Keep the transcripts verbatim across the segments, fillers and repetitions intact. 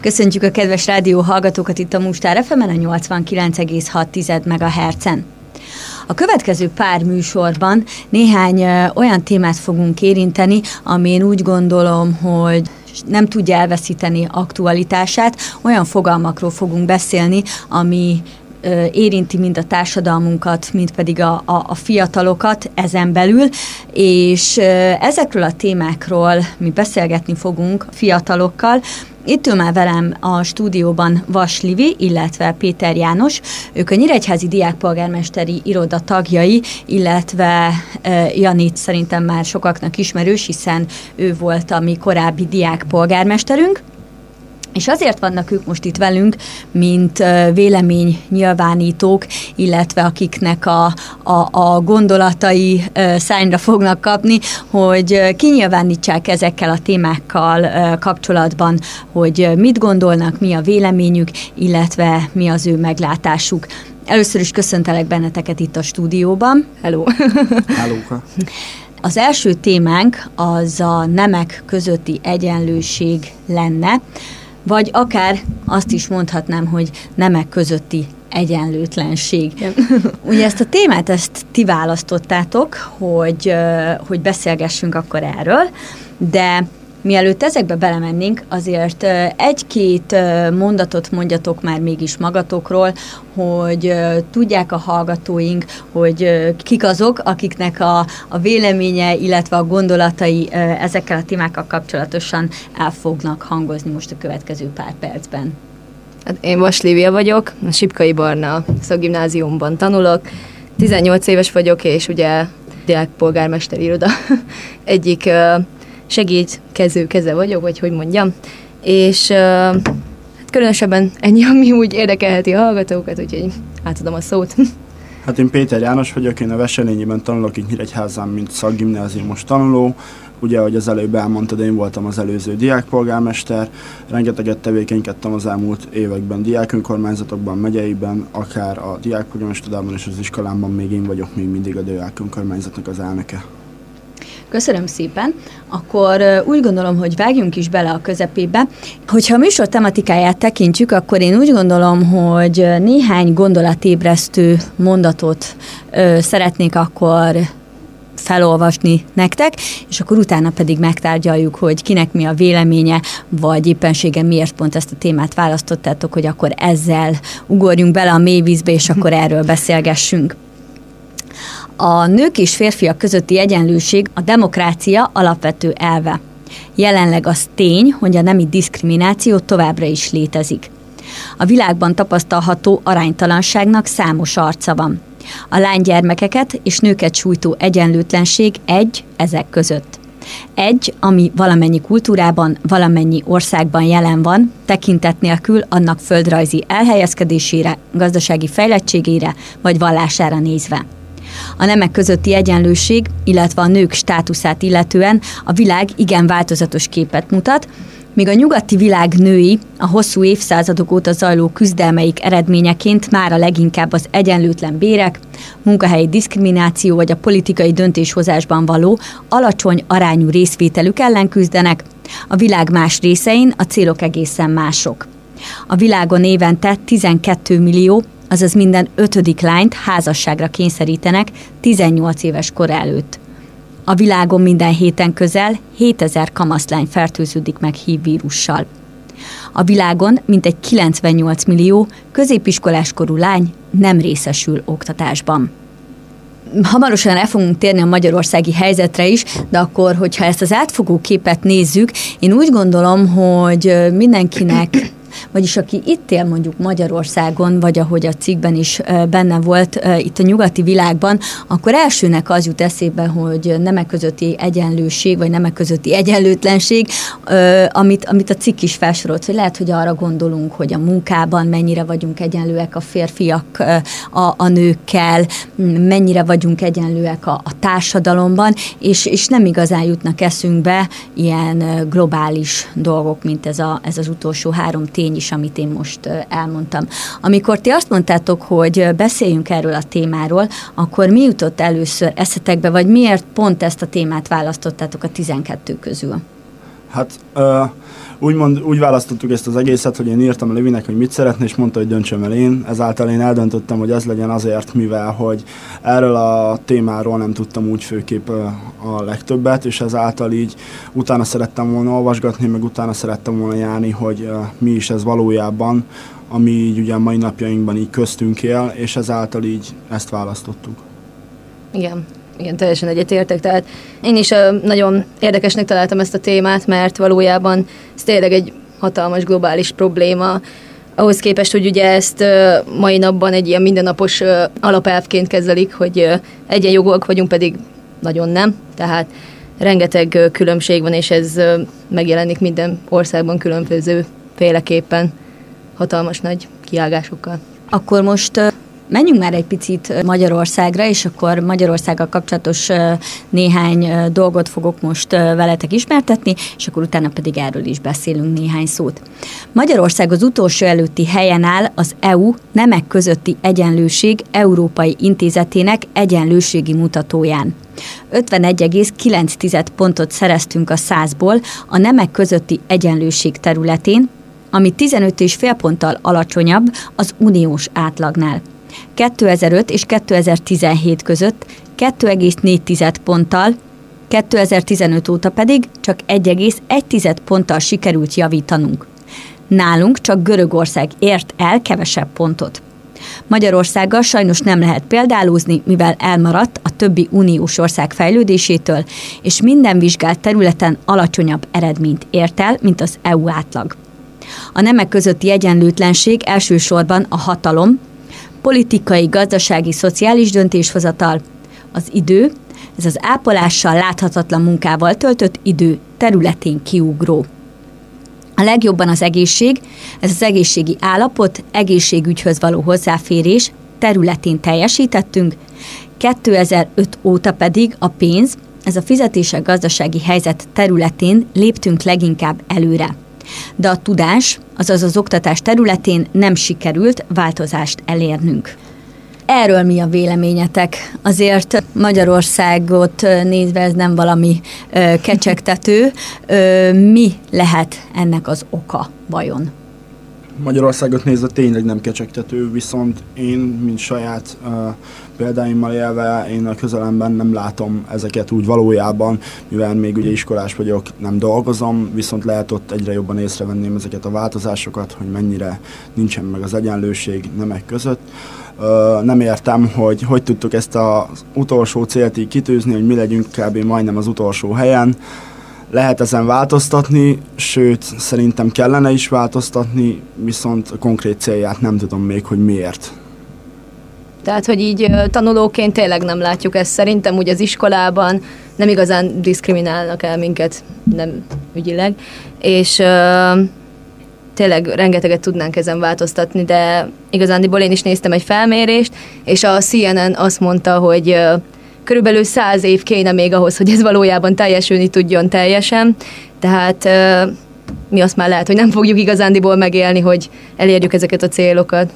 Köszöntjük a kedves rádió hallgatókat itt a Mustár ef emen a nyolcvankilenc egész hat megahertzen. A következő pár műsorban néhány olyan témát fogunk érinteni, ami én úgy gondolom, hogy nem tudja elveszíteni aktualitását. Olyan fogalmakról fogunk beszélni, ami érinti mind a társadalmunkat, mind pedig a, a, a fiatalokat ezen belül, és ezekről a témákról mi beszélgetni fogunk fiatalokkal. Itt ül már velem a stúdióban Vas Livi, illetve Péter János. Ők a Nyíregyházi Diákpolgármesteri Iroda tagjai, illetve Janit szerintem már sokaknak ismerős, hiszen ő volt a mi korábbi diákpolgármesterünk. És azért vannak ők most itt velünk, mint véleménynyilvánítók, illetve akiknek a, a, a gondolatai szányra fognak kapni, hogy kinyilvánítsák ezekkel a témákkal kapcsolatban, hogy mit gondolnak, mi a véleményük, illetve mi az ő meglátásuk. Először is köszöntelek benneteket itt a stúdióban. Hello! Hellóka! Az első témánk az a nemek közötti egyenlőség lenne, vagy akár azt is mondhatnám, hogy nemek közötti egyenlőtlenség. Ugye ezt a témát, ezt ti választottátok, hogy, hogy beszélgessünk akkor erről, de mielőtt ezekbe belemennénk, azért egy-két mondatot mondjatok már mégis magatokról, hogy tudják a hallgatóink, hogy kik azok, akiknek a, a véleménye, illetve a gondolatai ezekkel a témákkal kapcsolatosan el fognak hangozni most a következő pár percben. Hát én Vas Lívia vagyok, a Sipkai Barna Szakgimnáziumban tanulok, tizennyolc éves vagyok, és ugye diákpolgármesteri iroda egyik segítkező keze vagyok, vagy hogy mondjam, és uh, hát különösebben ennyi, ami úgy érdekelheti a hallgatókat, úgyhogy átadom a szót. Hát én Péter János vagyok, én a Veselényiben tanulok itt Nyíregyházán, mint szakgimnáziumos tanuló. Ugye, ahogy az előbb elmondtad, én voltam az előző diákpolgármester, rengeteget tevékenykedtem az elmúlt években diákönkormányzatokban, megyeiben, akár a diákpolgármesterdában és az iskolámban még én vagyok még mindig a diákönkormányzatnak az elnöke. Köszönöm szépen. Akkor úgy gondolom, hogy vágjunk is bele a közepébe. Hogyha a műsor tematikáját tekintsük, akkor én úgy gondolom, hogy néhány gondolatébresztő mondatot ö, szeretnék akkor felolvasni nektek, és akkor utána pedig megtárgyaljuk, hogy kinek mi a véleménye, vagy éppenséggel miért pont ezt a témát választottátok, hogy akkor ezzel ugorjunk bele a mélyvízbe, és akkor erről beszélgessünk. A nők és férfiak közötti egyenlőség a demokrácia alapvető elve. Jelenleg az tény, hogy a nemi diszkrimináció továbbra is létezik. A világban tapasztalható aránytalanságnak számos arca van. A lánygyermekeket és nőket sújtó egyenlőtlenség egy ezek között. Egy, ami valamennyi kultúrában, valamennyi országban jelen van, tekintet nélkül annak földrajzi elhelyezkedésére, gazdasági fejlettségére vagy vallására nézve. A nemek közötti egyenlőség, illetve a nők státuszát illetően a világ igen változatos képet mutat, míg a nyugati világ női a hosszú évszázadok óta zajló küzdelmeik eredményeként mára leginkább az egyenlőtlen bérek, munkahelyi diszkrimináció vagy a politikai döntéshozásban való alacsony arányú részvételük ellen küzdenek, a világ más részein a célok egészen mások. A világon évente tizenkét millió, azaz minden ötödik lányt házasságra kényszerítenek tizennyolc éves kor előtt. A világon minden héten közel hétezer kamaszlány fertőződik meg hív vírussal. A világon mintegy kilencvennyolc millió középiskolás korú lány nem részesül oktatásban. Hamarosan el fogunk térni a magyarországi helyzetre is, de akkor, hogyha ezt az átfogó képet nézzük, én úgy gondolom, hogy mindenkinek, vagyis aki itt él mondjuk Magyarországon, vagy ahogy a cikkben is benne volt itt a nyugati világban, akkor elsőnek az jut eszébe, hogy nemek közötti egyenlőség, vagy nemek közötti egyenlőtlenség, amit, amit a cikk is felsorolt, hogy lehet, hogy arra gondolunk, hogy a munkában mennyire vagyunk egyenlőek a férfiak a, a nőkkel, mennyire vagyunk egyenlőek a, a társadalomban, és, és nem igazán jutnak eszünkbe ilyen globális dolgok, mint ez, a, ez az utolsó három tény is, amit én most elmondtam. Amikor ti azt mondtátok, hogy beszéljünk erről a témáról, akkor mi jutott először eszetekbe, vagy miért pont ezt a témát választottátok a tizenkettő közül? Hát uh, úgymond úgy választottuk ezt az egészet, hogy én írtam a Livinek, hogy mit szeretne, és mondta, hogy döntsem el én. Ezáltal én eldöntöttem, hogy ez legyen azért, mivel hogy erről a témáról nem tudtam úgy főképp a legtöbbet, és ezáltal így utána szerettem volna olvasgatni, meg utána szerettem volna járni, hogy mi is ez valójában, ami így ugye mai napjainkban így köztünk él, és ezáltal így ezt választottuk. Igen. Igen, teljesen egyetértek. Tehát én is uh, nagyon érdekesnek találtam ezt a témát, mert valójában ez tényleg egy hatalmas globális probléma. Ahhoz képest, hogy ugye ezt uh, mai napban egy ilyen mindennapos uh, alapelvként kezelik, hogy uh, egyenjogúak vagyunk, pedig nagyon nem. Tehát rengeteg uh, különbség van, és ez uh, megjelenik minden országban különböző féleképpen, hatalmas nagy kiágásokkal. Akkor most uh... menjünk már egy picit Magyarországra, és akkor Magyarországgal kapcsolatos néhány dolgot fogok most veletek ismertetni, és akkor utána pedig erről is beszélünk néhány szót. Magyarország az utolsó előtti helyen áll az é u nemek közötti egyenlőség Európai Intézetének egyenlőségi mutatóján. ötvenegy egész kilenc pontot szereztünk a százból a nemek közötti egyenlőség területén, ami tizenöt egész öt ponttal alacsonyabb az uniós átlagnál. kétezer-öt és kétezer-tizenhét között két egész négy ponttal, kétezer-tizenöt óta pedig csak egy egész egy ponttal sikerült javítanunk. Nálunk csak Görögország ért el kevesebb pontot. Magyarországgal sajnos nem lehet példálózni, mivel elmaradt a többi uniós ország fejlődésétől, és minden vizsgált területen alacsonyabb eredményt ért el, mint az é u átlag. A nemek közötti egyenlőtlenség elsősorban a hatalom, politikai, gazdasági, szociális döntéshozatal, az idő, ez az ápolással, láthatatlan munkával töltött idő területén kiugró. A legjobban az egészség, ez az egészségi állapot, egészségügyhöz való hozzáférés területén teljesítettünk, kétezer-öt óta pedig a pénz, ez a fizetések gazdasági helyzet területén léptünk leginkább előre. De a tudás, azaz az oktatás területén nem sikerült változást elérnünk. Erről mi a véleményetek? Azért Magyarországot nézve ez nem valami ö, kecsegtető. Ö, mi lehet ennek az oka vajon? Magyarországot nézve tényleg nem kecsegtető, viszont én, mint saját uh, példáimmal élve, én a közelemben nem látom ezeket úgy valójában, mivel még ugye iskolás vagyok, nem dolgozom, viszont lehet ott egyre jobban észrevenném ezeket a változásokat, hogy mennyire nincsen meg az egyenlőség nemek között. Uh, nem értem, hogy hogy tudtuk ezt az utolsó célt így kitűzni, hogy mi legyünk kb. Majdnem az utolsó helyen. Lehet ezen változtatni, sőt, szerintem kellene is változtatni, viszont a konkrét célját nem tudom még, hogy miért. Tehát, hogy így tanulóként tényleg nem látjuk ezt. Szerintem úgy az iskolában nem igazán diszkriminálnak el minket, nem ügyileg, és uh, tényleg rengeteget tudnánk ezen változtatni, de igazándiból én is néztem egy felmérést, és a C N N azt mondta, hogy uh, körülbelül száz év kéne még ahhoz, hogy ez valójában teljesülni tudjon teljesen, tehát uh, mi azt már lehet, hogy nem fogjuk igazándiból megélni, hogy elérjük ezeket a célokat.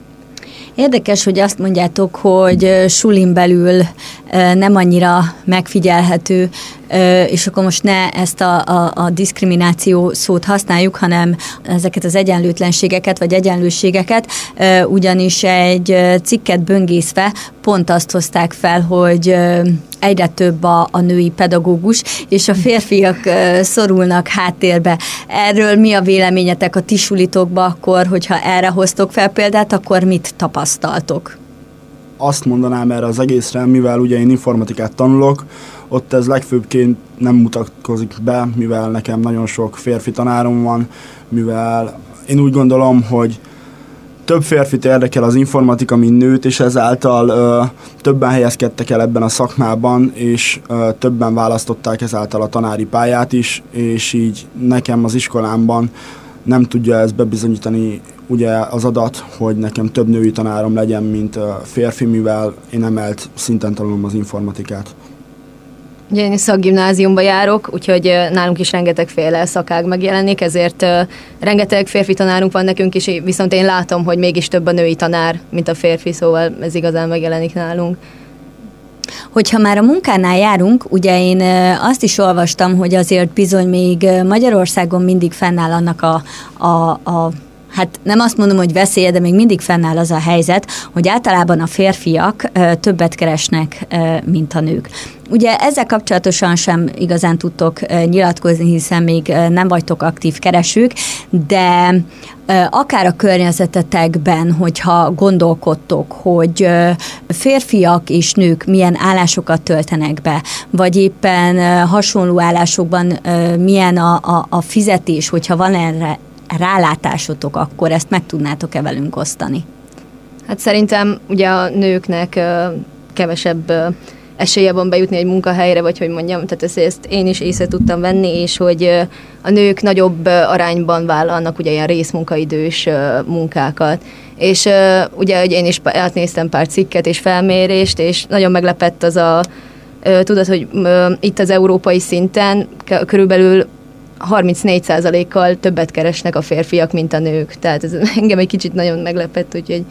Érdekes, hogy azt mondjátok, hogy sulin belül nem annyira megfigyelhető, és akkor most ne ezt a, a, a diszkrimináció szót használjuk, hanem ezeket az egyenlőtlenségeket, vagy egyenlőségeket, ugyanis egy cikket böngészve pont azt hozták fel, hogy egyre több a, a női pedagógus, és a férfiak szorulnak háttérbe. Erről mi a véleményetek a ti sulitokba akkor, hogyha erre hoztok fel példát, akkor mit tapasztaltok? Azt mondanám erre az egészre, mivel ugye én informatikát tanulok, ott ez legfőbbként nem mutatkozik be, mivel nekem nagyon sok férfi tanárom van, mivel én úgy gondolom, hogy több férfit érdekel az informatika, mint nőt, és ezáltal ö, többen helyezkedtek el ebben a szakmában, és ö, többen választották ezáltal a tanári pályát is, és így nekem az iskolámban nem tudja ezt bebizonyítani ugye az adat, hogy nekem több női tanárom legyen, mint ö, férfi, mivel én emelt szinten tanulom az informatikát. Ugye én szakgimnáziumba járok, úgyhogy nálunk is rengetegféle szakág megjelenik, ezért uh, rengeteg férfi tanárunk van nekünk is, viszont én látom, hogy mégis több a női tanár, mint a férfi, szóval ez igazán megjelenik nálunk. Hogyha már a munkánál járunk, ugye én azt is olvastam, hogy azért bizony még Magyarországon mindig fennáll annak a, a, a hát nem azt mondom, hogy veszélye, de még mindig fennáll az a helyzet, hogy általában a férfiak többet keresnek, mint a nők. Ugye ezzel kapcsolatosan sem igazán tudtok nyilatkozni, hiszen még nem vagytok aktív keresők, de akár a környezetetekben, hogyha gondolkodtok, hogy férfiak és nők milyen állásokat töltenek be, vagy éppen hasonló állásokban milyen a, a, a fizetés, hogyha van erre rálátásotok, akkor ezt meg tudnátok-e velünk osztani? Hát szerintem ugye a nőknek kevesebb esélye van bejutni egy munkahelyre, vagy hogy mondjam, tehát ezt, ezt én is észre tudtam venni, és hogy a nők nagyobb arányban vállalnak ugye ilyen részmunkaidős munkákat. És ugye hogy én is átnéztem pár cikket és felmérést, és nagyon meglepett az a, tudod, hogy itt az európai szinten körülbelül harmincnégy százalékkal többet keresnek a férfiak, mint a nők. Tehát ez engem egy kicsit nagyon meglepett, úgyhogy...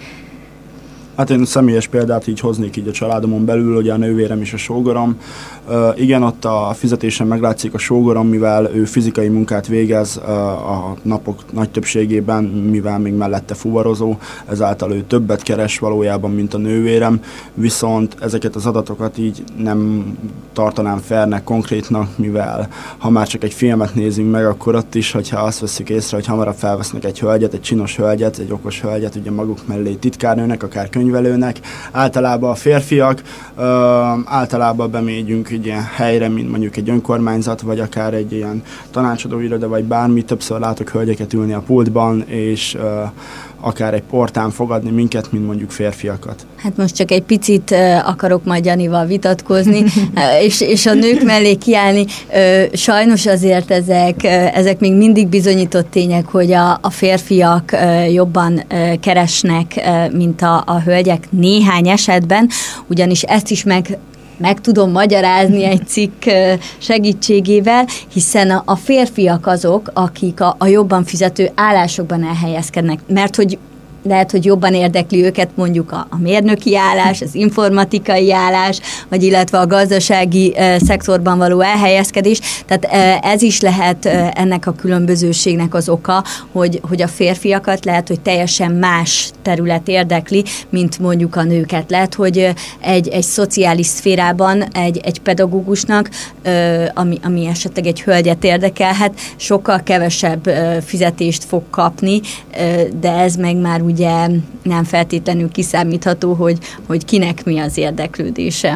Hát én személyes példát így hoznék így a családomon belül, ugye a nővérem és a sógorom. Uh, igen, ott a fizetésen meglátszik a sógorom, mivel ő fizikai munkát végez uh, a napok nagy többségében, mivel még mellette fuvarozó, ezáltal ő többet keres valójában, mint a nővérem, viszont ezeket az adatokat így nem tartanám fairnek, konkrétnak, mivel ha már csak egy filmet nézünk meg, akkor ott is, hogyha azt veszük észre, hogy hamarabb felvesznek egy hölgyet, egy csinos hölgyet, egy okos hölgyet, ugye maguk mellé titkárnőnek, akár könyvelőnek. Általában a férfiak, uh, általában bemegyünk egy ilyen helyre, mint mondjuk egy önkormányzat, vagy akár egy ilyen tanácsadóiroda, vagy bármi. Többször látok hölgyeket ülni a pultban, és uh, akár egy portán fogadni minket, mint mondjuk férfiakat. Hát most csak egy picit uh, akarok majd Janival vitatkozni, és, és a nők mellé kiállni. Uh, sajnos azért ezek, uh, ezek még mindig bizonyított tények, hogy a, a férfiak uh, jobban uh, keresnek, uh, mint a, a hölgyek néhány esetben, ugyanis ezt is meg meg tudom magyarázni egy cikk segítségével, hiszen a, a férfiak azok, akik a, a jobban fizető állásokban elhelyezkednek, mert hogy lehet, hogy jobban érdekli őket mondjuk a, a mérnöki állás, az informatikai állás, vagy illetve a gazdasági e, szektorban való elhelyezkedés. Tehát e, ez is lehet e, ennek a különbözőségnek az oka, hogy, hogy a férfiakat lehet, hogy teljesen más terület érdekli, mint mondjuk a nőket. Lehet, hogy egy, egy szociális szférában egy, egy pedagógusnak, e, ami, ami esetleg egy hölgyet érdekelhet, sokkal kevesebb e, fizetést fog kapni, e, de ez meg már ugye nem feltétlenül kiszámítható, hogy, hogy kinek mi az érdeklődése.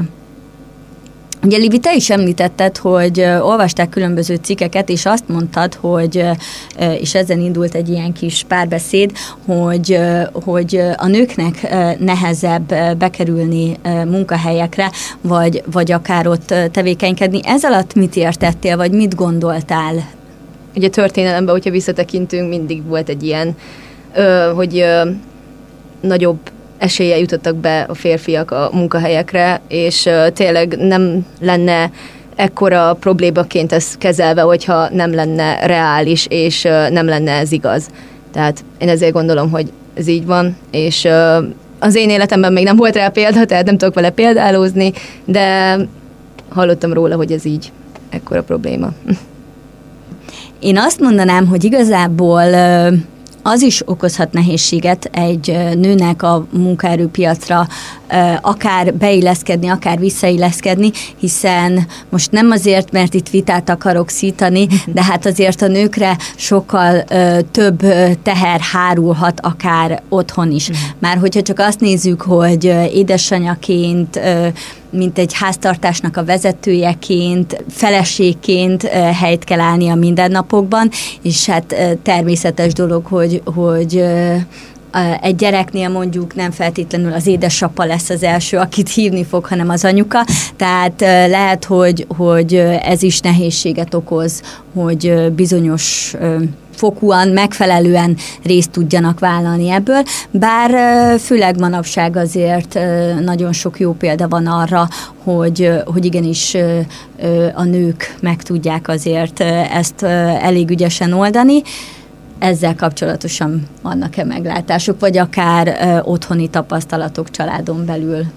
Ugye, Livi, te is említetted, hogy olvasták különböző cikkeket, és azt mondtad, hogy, és ezen indult egy ilyen kis párbeszéd, hogy, hogy a nőknek nehezebb bekerülni munkahelyekre, vagy, vagy akár ott tevékenykedni. Ez alatt mit értettél, vagy mit gondoltál? Ugye történelemben, hogyha visszatekintünk, mindig volt egy ilyen Ö, hogy ö, nagyobb eséllyel jutottak be a férfiak a munkahelyekre, és ö, tényleg nem lenne ekkora problémaként ez kezelve, hogyha nem lenne reális, és ö, nem lenne ez igaz. Tehát én ezért gondolom, hogy ez így van, és ö, az én életemben még nem volt rá példa, tehát nem tudok vele példálózni, de hallottam róla, hogy ez így ekkora probléma. Én azt mondanám, hogy igazából az is okozhat nehézséget egy nőnek a munkaerőpiacra akár beilleszkedni, akár visszailleszkedni, hiszen most nem azért, mert itt vitát akarok szítani, de hát azért a nőkre sokkal több teher hárulhat akár otthon is. Már hogyha csak azt nézzük, hogy édesanyaként, mint egy háztartásnak a vezetőjeként, feleségként helyt kell állni a mindennapokban, és hát természetes dolog, hogy, hogy egy gyereknél mondjuk nem feltétlenül az édesapa lesz az első, akit hívni fog, hanem az anyuka. Tehát lehet, hogy, hogy ez is nehézséget okoz, hogy bizonyos fokúan, megfelelően részt tudjanak vállalni ebből, bár főleg manapság azért nagyon sok jó példa van arra, hogy, hogy igenis a nők meg tudják azért ezt elég ügyesen oldani. Ezzel kapcsolatosan vannak-e meglátások, vagy akár otthoni tapasztalatok családon belül?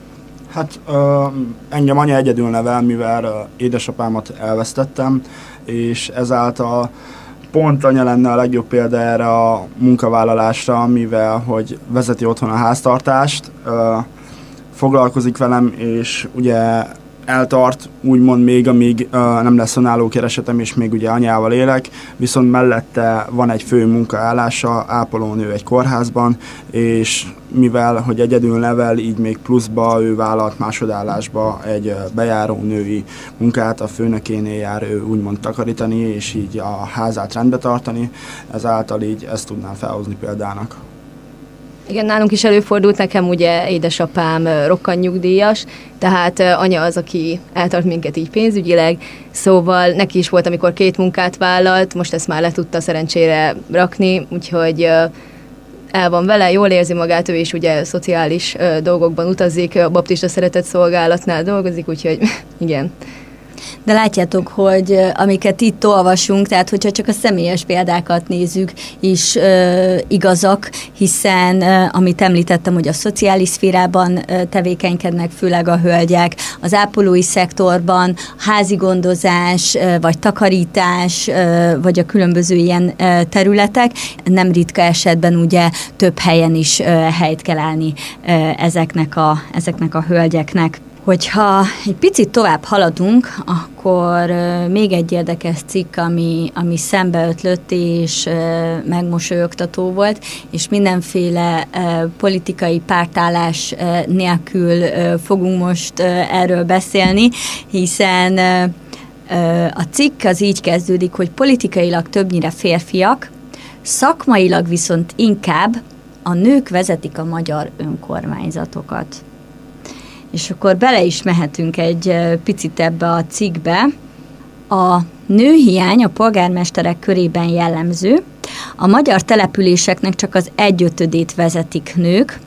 Hát ö, engem anya egyedül nevel, mivel ö, édesapámat elvesztettem, és ezáltal pont anya lenne a legjobb példa erre a munkavállalásra, mivel hogy vezeti otthon a háztartást, ö, foglalkozik velem, és ugye eltart, úgymond még, amíg uh, nem lesz önálló keresetem, és még ugye anyával élek, viszont mellette van egy fő munkaállása, ápolónő egy kórházban, és mivel, hogy egyedül nevel, így még pluszba ő vállalt másodállásba egy uh, bejáró női munkát, a főnökénél jár ő úgymond takarítani, és így a házát rendbe tartani, ezáltal így ezt tudnám felhozni példának. Igen, nálunk is előfordult, nekem ugye édesapám rokkantnyugdíjas, tehát anya az, aki eltart minket így pénzügyileg, szóval neki is volt, amikor két munkát vállalt, most ezt már le tudta szerencsére rakni, úgyhogy el van vele, jól érzi magát, ő is ugye szociális dolgokban utazik, a baptista szeretetszolgálatnál dolgozik, úgyhogy igen. De látjátok, hogy amiket itt olvasunk, tehát hogyha csak a személyes példákat nézzük, is uh, igazak, hiszen uh, amit említettem, hogy a szociális szférában uh, tevékenykednek, főleg a hölgyek, az ápolói szektorban házi gondozás, uh, vagy takarítás, uh, vagy a különböző ilyen uh, területek, nem ritka esetben ugye több helyen is uh, helyt kell állni uh, ezeknek, a, ezeknek a hölgyeknek. Hogyha egy picit tovább haladunk, akkor uh, még egy érdekes cikk, ami, ami szembeötlött és uh, megmosolyogtató volt, és mindenféle uh, politikai pártállás uh, nélkül uh, fogunk most uh, erről beszélni, hiszen uh, uh, a cikk az így kezdődik, hogy politikailag többnyire férfiak, szakmailag viszont inkább a nők vezetik a magyar önkormányzatokat. És akkor bele is mehetünk egy picit ebbe a cikkbe. A nőhiány a polgármesterek körében jellemző. A magyar településeknek csak az egyötödét vezetik nők.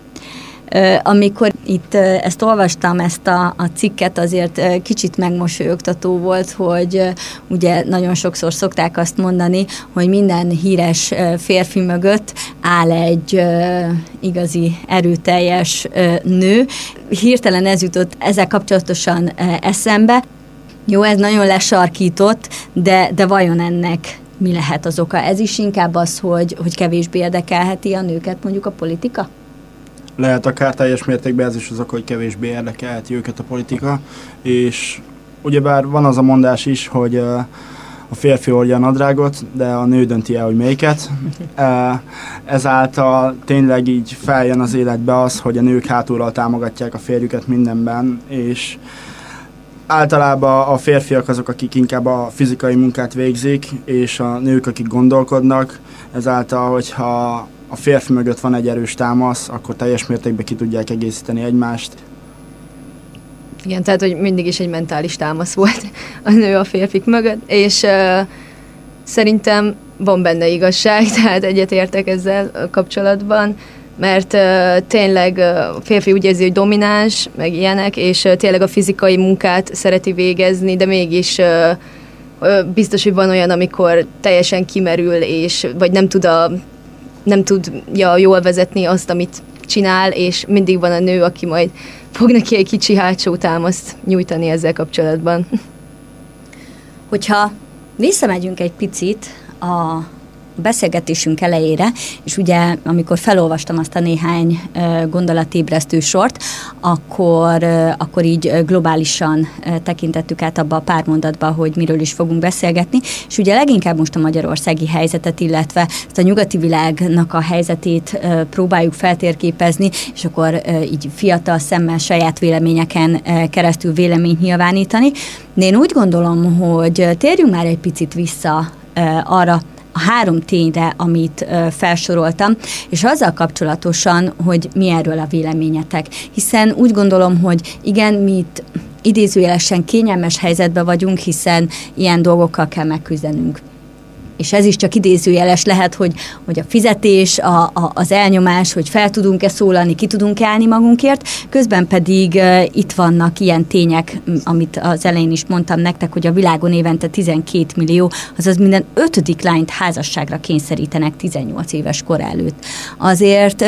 Amikor itt ezt olvastam, ezt a, a cikket, azért kicsit megmosolyogtató volt, hogy ugye nagyon sokszor szokták azt mondani, hogy minden híres férfi mögött áll egy igazi erőteljes nő. Hirtelen ez jutott ezzel kapcsolatosan eszembe. Jó, ez nagyon lesarkított, de, de vajon ennek mi lehet az oka? Ez is inkább az, hogy, hogy kevésbé érdekelheti a nőket mondjuk a politika? Lehet akár teljes mértékben ez is az oka, hogy kevésbé érdekelheti őket a politika, és ugyebár van az a mondás is, hogy a férfi hordja a nadrágot, de a nő dönti el, hogy melyiket. Ezáltal tényleg így feljön az életbe az, hogy a nők hátulról támogatják a férjüket mindenben, és általában a férfiak azok, akik inkább a fizikai munkát végzik, és a nők, akik gondolkodnak, ezáltal, hogyha a férfi mögött van egy erős támasz, akkor teljes mértékben ki tudják egészíteni egymást. Igen, tehát, hogy mindig is egy mentális támasz volt a nő a férfik mögött, és uh, szerintem van benne igazság, tehát egyetértek ezzel kapcsolatban, mert uh, tényleg a férfi úgy érzi, hogy domináns, meg ilyenek, és uh, tényleg a fizikai munkát szereti végezni, de mégis uh, uh, biztos, hogy van olyan, amikor teljesen kimerül, és vagy nem tud a nem tudja jól vezetni azt, amit csinál, és mindig van a nő, aki majd fog neki egy kicsi hátsó támaszt nyújtani ezzel kapcsolatban. Hogyha visszamegyünk egy picit a beszélgetésünk elejére, és ugye amikor felolvastam azt a néhány gondolatébresztő sort, akkor, akkor így globálisan tekintettük át abba a pár mondatba, hogy miről is fogunk beszélgetni, és ugye leginkább most a magyarországi helyzetet, illetve ezt a nyugati világnak a helyzetét próbáljuk feltérképezni, és akkor így fiatal szemmel saját véleményeken keresztül véleményt nyilvánítani. De én úgy gondolom, hogy térjünk már egy picit vissza arra a három tényre, amit ö, felsoroltam, és azzal kapcsolatosan, hogy mi erről a véleményetek. Hiszen úgy gondolom, hogy igen, mi itt idézőjelesen kényelmes helyzetben vagyunk, hiszen ilyen dolgokkal kell megküzdenünk. És ez is csak idézőjeles lehet, hogy, hogy a fizetés, a, a, az elnyomás, hogy fel tudunk-e szólalni, ki tudunk-e állni magunkért, közben pedig uh, itt vannak ilyen tények, amit az elején is mondtam nektek, hogy a világon évente tizenkét millió, azaz minden ötödik lányt házasságra kényszerítenek tizennyolc éves kor előtt. Azért um,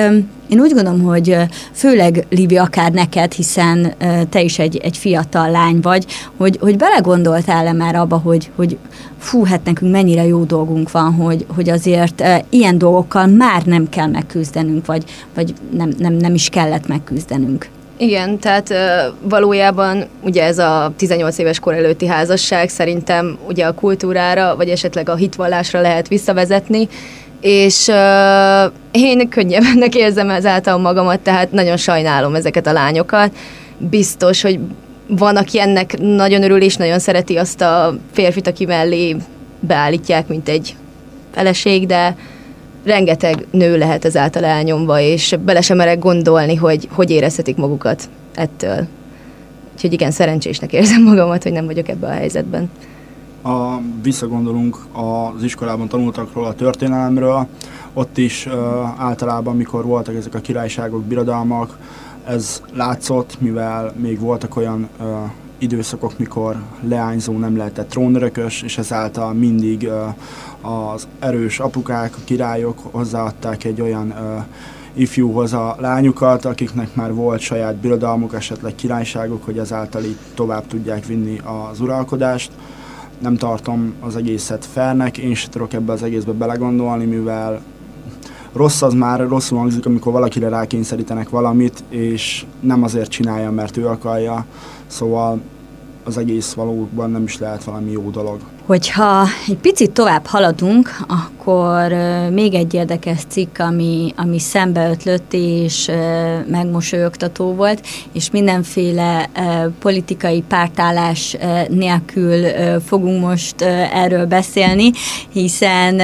Én úgy gondolom, hogy főleg, Livi, akár neked, hiszen te is egy, egy fiatal lány vagy, hogy, hogy belegondoltál-e már abba, hogy, hogy fú, hát nekünk mennyire jó dolgunk van, hogy, hogy azért ilyen dolgokkal már nem kell megküzdenünk, vagy, vagy nem, nem, nem is kellett megküzdenünk. Igen, tehát valójában ugye ez a tizennyolc éves kor előtti házasság szerintem ugye a kultúrára, vagy esetleg a hitvallásra lehet visszavezetni, és uh, én könnyebbnek érzem ezáltal magamat, tehát nagyon sajnálom ezeket a lányokat. Biztos, hogy van, aki ennek nagyon örül, és nagyon szereti azt a férfit, aki mellé beállítják, mint egy feleség, de rengeteg nő lehet ezáltal elnyomva, és bele sem merek gondolni, hogy hogy érezhetik magukat ettől. Úgyhogy igen, szerencsésnek érzem magamat, hogy nem vagyok ebben a helyzetben. A, visszagondolunk az iskolában tanultakról, a történelemről, ott is uh, általában, mikor voltak ezek a királyságok, birodalmak, ez látszott, mivel még voltak olyan uh, időszakok, mikor leányzó nem lehetett trónörökös, és ezáltal mindig uh, az erős apukák, a királyok hozzáadták egy olyan uh, ifjúhoz a lányukat, akiknek már volt saját birodalmuk, esetleg királyságok, hogy ezáltal így tovább tudják vinni az uralkodást. Nem tartom az egészet fairnek, én sem tudok ebbe az egészbe belegondolni, mivel rossz az már, rosszul hangzik, amikor valakire rákényszerítenek valamit, és nem azért csinálja, mert ő akarja, szóval az egész valóban nem is lehet valami jó dolog. Hogyha egy picit tovább haladunk, akkor még egy érdekes cikk, ami, ami szembeötlött és megmosolyogtató volt, és mindenféle politikai pártállás nélkül fogunk most erről beszélni, hiszen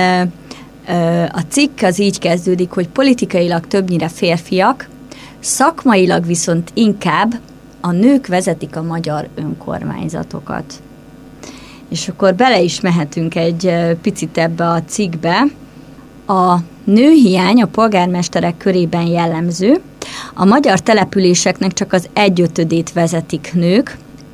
a cikk az így kezdődik, hogy politikailag többnyire férfiak, szakmailag viszont inkább a nők vezetik a magyar önkormányzatokat. És akkor bele is mehetünk egy picit ebbe a cikkbe. A nőhiány a polgármesterek körében jellemző. A magyar településeknek csak az egyötödét vezetik nők.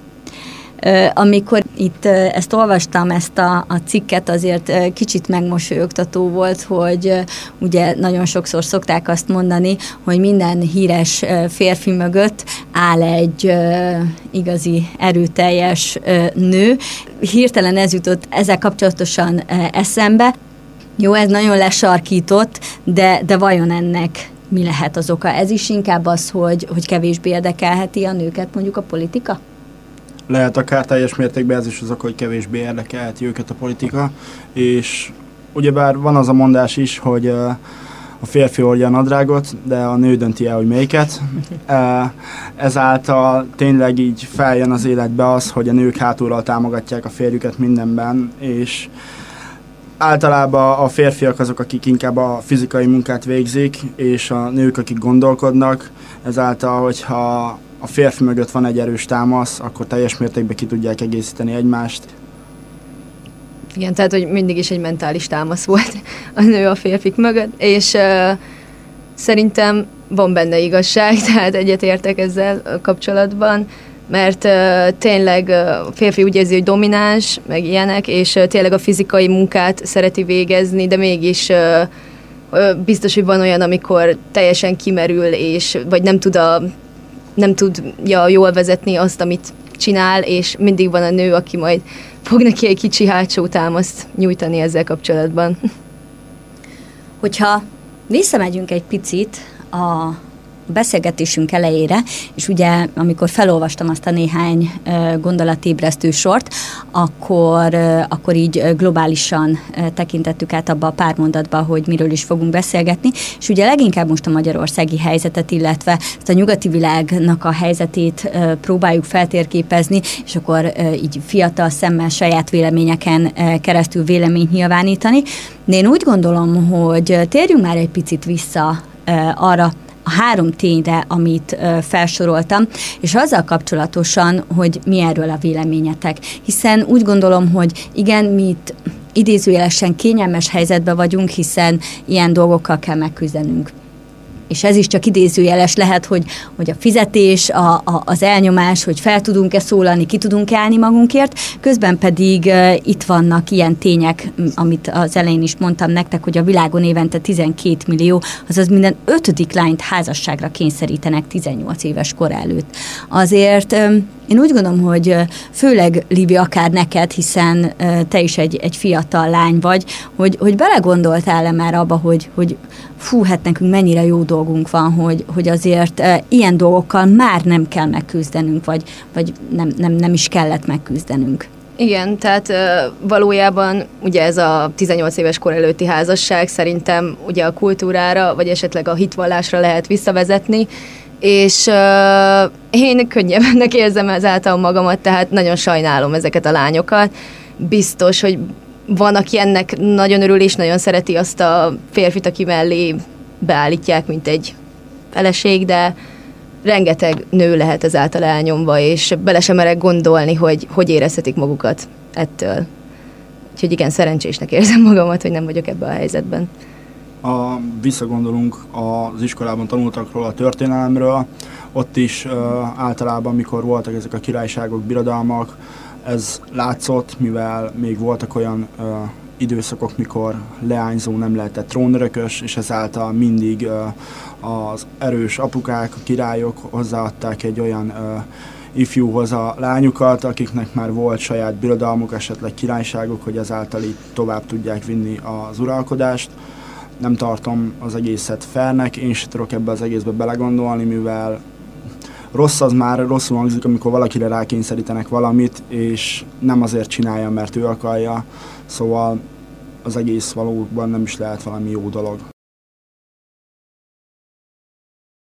Amikor itt ezt olvastam, ezt a, a cikket, azért kicsit megmosolyogtató volt, hogy ugye nagyon sokszor szokták azt mondani, hogy minden híres férfi mögött áll egy igazi erőteljes nő. Hirtelen ez jutott ezzel kapcsolatosan eszembe. Jó, ez nagyon lesarkított, de, de vajon ennek mi lehet az oka? Ez is inkább az, hogy, hogy kevésbé érdekelheti a nőket mondjuk a politika? Lehet akár teljes mértékben ez is az oka, hogy kevésbé érdekelheti őket a politika, és ugyebár van az a mondás is, hogy a férfi hordja a nadrágot, de a nő dönti el, hogy melyiket. Ezáltal tényleg így feljön az életbe az, hogy a nők hátulról támogatják a férjüket mindenben, és általában a férfiak azok, akik inkább a fizikai munkát végzik, és a nők, akik gondolkodnak, ezáltal, hogyha a férfi mögött van egy erős támasz, akkor teljes mértékben ki tudják egészíteni egymást. Igen, tehát, hogy mindig is egy mentális támasz volt a nő a férfik mögött, és uh, szerintem van benne igazság, tehát egyetértek ezzel kapcsolatban, mert uh, tényleg a férfi úgy érzi, hogy domináns, meg ilyenek, és uh, tényleg a fizikai munkát szereti végezni, de mégis uh, uh, biztos, hogy van olyan, amikor teljesen kimerül, és vagy nem tud a nem tudja jól vezetni azt, amit csinál, és mindig van a nő, aki majd fog neki egy kicsi hátsó támaszt nyújtani ezzel kapcsolatban. Hogyha visszamegyünk egy picit a beszélgetésünk elejére, és ugye amikor felolvastam azt a néhány gondolatébresztő sort, akkor, akkor így globálisan tekintettük át abba a pár mondatba, hogy miről is fogunk beszélgetni, és ugye leginkább most a magyarországi helyzetet, illetve ezt a nyugati világnak a helyzetét próbáljuk feltérképezni, és akkor így fiatal szemmel saját véleményeken keresztül véleményt nyilvánítani. De én úgy gondolom, hogy térjünk már egy picit vissza arra a három tényre, amit ö, felsoroltam, és azzal kapcsolatosan, hogy mi erről a véleményetek. Hiszen úgy gondolom, hogy igen, mi itt idézőjelesen kényelmes helyzetben vagyunk, hiszen ilyen dolgokkal kell megküzdenünk. és ez is csak idézőjeles lehet, hogy, hogy a fizetés, a, a, az elnyomás, hogy fel tudunk-e szólalni, ki tudunk állni magunkért, közben pedig uh, itt vannak ilyen tények, amit az elején is mondtam nektek, hogy a világon évente tizenkét millió, azaz minden ötödik lányt házasságra kényszerítenek tizennyolc éves kor előtt. Azért um, én úgy gondolom, hogy főleg, Lívi, akár neked, hiszen te is egy, egy fiatal lány vagy, hogy, hogy belegondoltál-e már abba, hogy, hogy fú, hát nekünk mennyire jó dolgunk van, hogy, hogy azért ilyen dolgokkal már nem kell megküzdenünk, vagy, vagy nem, nem, nem is kellett megküzdenünk. Igen, tehát valójában ugye ez a tizennyolc éves kor előtti házasság szerintem ugye a kultúrára, vagy esetleg a hitvallásra lehet visszavezetni, és uh, én könnyebbnek érzem ezáltal magamat, tehát nagyon sajnálom ezeket a lányokat. Biztos, hogy van, aki ennek nagyon örül, és nagyon szereti azt a férfit, aki mellé beállítják, mint egy feleség, de rengeteg nő lehet ezáltal elnyomva, és bele sem merek gondolni, hogy hogy érezhetik magukat ettől. Úgyhogy igen, szerencsésnek érzem magamat, hogy nem vagyok ebben a helyzetben. A, visszagondolunk az iskolában tanultakról, a történelemről, ott is uh, általában, mikor voltak ezek a királyságok, birodalmak, ez látszott, mivel még voltak olyan uh, időszakok, mikor leányzó nem lehetett trónörökös, és ezáltal mindig uh, az erős apukák, a királyok hozzáadták egy olyan uh, ifjúhoz a lányukat, akiknek már volt saját birodalmuk, esetleg királyságok, hogy ezáltal így tovább tudják vinni az uralkodást. Nem tartom az egészet fairnek, én sem tudok ebbe az egészbe belegondolni, mivel rossz az már rosszul hangzik, amikor valakire rákényszerítenek valamit, és nem azért csinálja, mert ő akarja, szóval az egész valóban nem is lehet valami jó dolog.